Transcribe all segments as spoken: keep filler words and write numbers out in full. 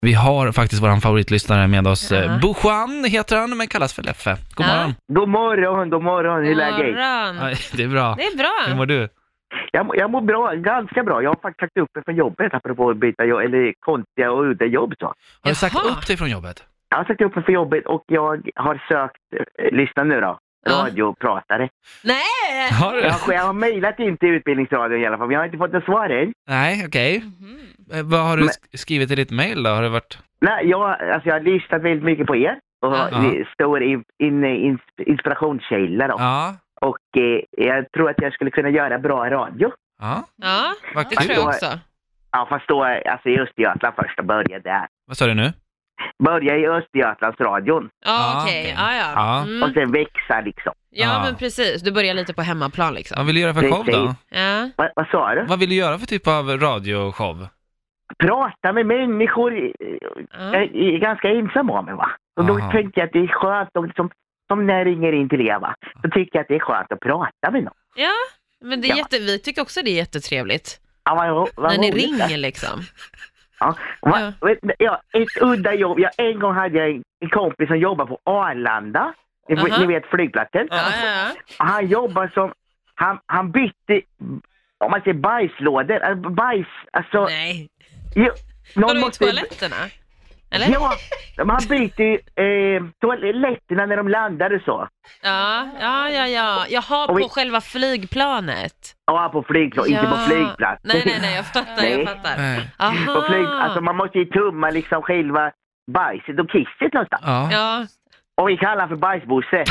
Vi har faktiskt våran favoritlyssnare med oss. Ja. Bo Juan heter han, men kallas för Leffe. God Ja. morgon. God morgon, god morgon. Hur är läget? Morgon. Ja, det är bra. Det är bra. Hur mår du? Jag, mår- jag mår bra, ganska bra. Jag har faktiskt sagt upp mig från jobbet apropå att byta jobb, eller konstiga och udda jobb så. Har du sagt Jaha. upp dig från jobbet? Jag har sagt upp mig från jobbet och jag har sökt, eh, lyssna nu då, Ja. radiopratare. Nej! Har du? Jag, har- jag har mejlat in till Utbildningsradion i alla fall, men jag har inte fått något svar än. Nej, okej. Eh, Vad har du Men- sk- skrivit i ditt mejl då? Har det varit... Nej, jag, alltså jag har lyssnat väldigt mycket på er och Ja. det står in, in, in, inspirationskälla då. Ja. Och eh, jag tror att jag skulle kunna göra bra radio. Ja. Ja, Vad det kul. tror jag också. Ja, fast då alltså i Östergötland först och börja där. Vad sa du nu? Börja i Östergötlandsradion Ja, Ja, okej. okej. Ja, ja. Ja. Mm. och sen växa liksom. Ja, Ja. men precis. Du börjar lite på hemmaplan liksom. Vad vill du göra för show då? Ja. Va, vad sa du? Vad vill du göra för typ av radioshow? Prata med människor. eh, Ja. Jag är ganska ensam om mig va. Och då Aha. tänker jag att det är skönt och liksom, som när jag ringer in till Eva. Då tycker jag att det är skönt att prata med någon. Ja, men det är Ja. jätte, vi tycker också det är jättetrevligt. Ja, vad, vad När ni roligt. ringer liksom. Ja. Va, Ja. vet ni, ja, ett udda jobb. Jag, en gång hade jag en, en kompis som jobbade på Arlanda. Ni, Aha. ni vet flygplatsen. Ja, ja, ja. Och han jobbar som, han, han bytte, om man säger bajslådor, alltså bajs, alltså, Nej. jo, någon Vadå i måste, toaletterna? Eller? ja, men han bytte ju, eh, toaletterna när de landade så. Ja, ja, ja, ja. Jaha, Och vi- på själva flygplanet. Ja, på flygplats, inte på flygplats. Nej, nej, nej, jag fattar, Nej. jag fattar. Nej. Aha. På flyg, alltså man måste ju tumma liksom själva bajset och kisset någonstans. Ja. Ja, Och vi kallar han för bajsbosse.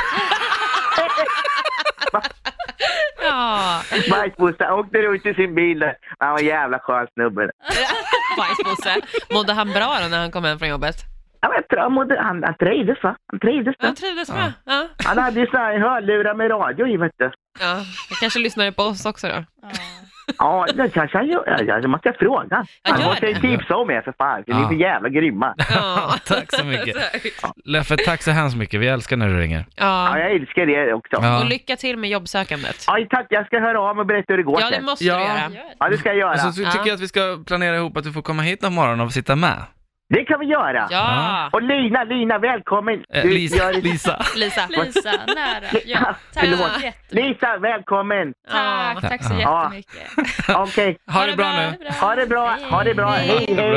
ja. Bajsbosse åkte runt i sin bil där. Han var en jävla skön snubbe. Bajsbosse. Mådde han bra då när han kom hem från jobbet? Ja, men jag tror han, mådde, han, han trivdes va? Han trivdes Han va? trivdes bra. Ja. Han hade ju såna här hörlurar med radio i vet du. Ja, jag kanske lyssnade på oss också då. Ja, det kanske han gör. Ja, det måste jag fråga. Ja, Han gör måste det. ju tipsa om er för fan. Ni är Ja. för jävla grymma. Ja. Tack så mycket. Exakt. Leffe, tack så hemskt mycket. Vi älskar när du ringer. Ja, Ja. jag älskar det också. Ja, Ja. Och lycka till med jobbsökandet. tack. Jag ska höra av mig och berätta hur det går Ja, det sen. måste Ja. du göra. Ja, det ska jag göra. Och så tycker jag att vi ska planera ihop att du får komma hit någon morgon och sitta med. Det kan vi göra. Ja. Och Lina, Lina, välkommen. Eh, Du Lisa, gör- Lisa. Lisa. Lisa, nära. Ja, tack Förlåt. så jättemycket. Lisa, välkommen. Tack, tack så Ja. jättemycket. Okej, Ha det bra nu. ha det bra. Ha det bra. Hej. Hej, hej.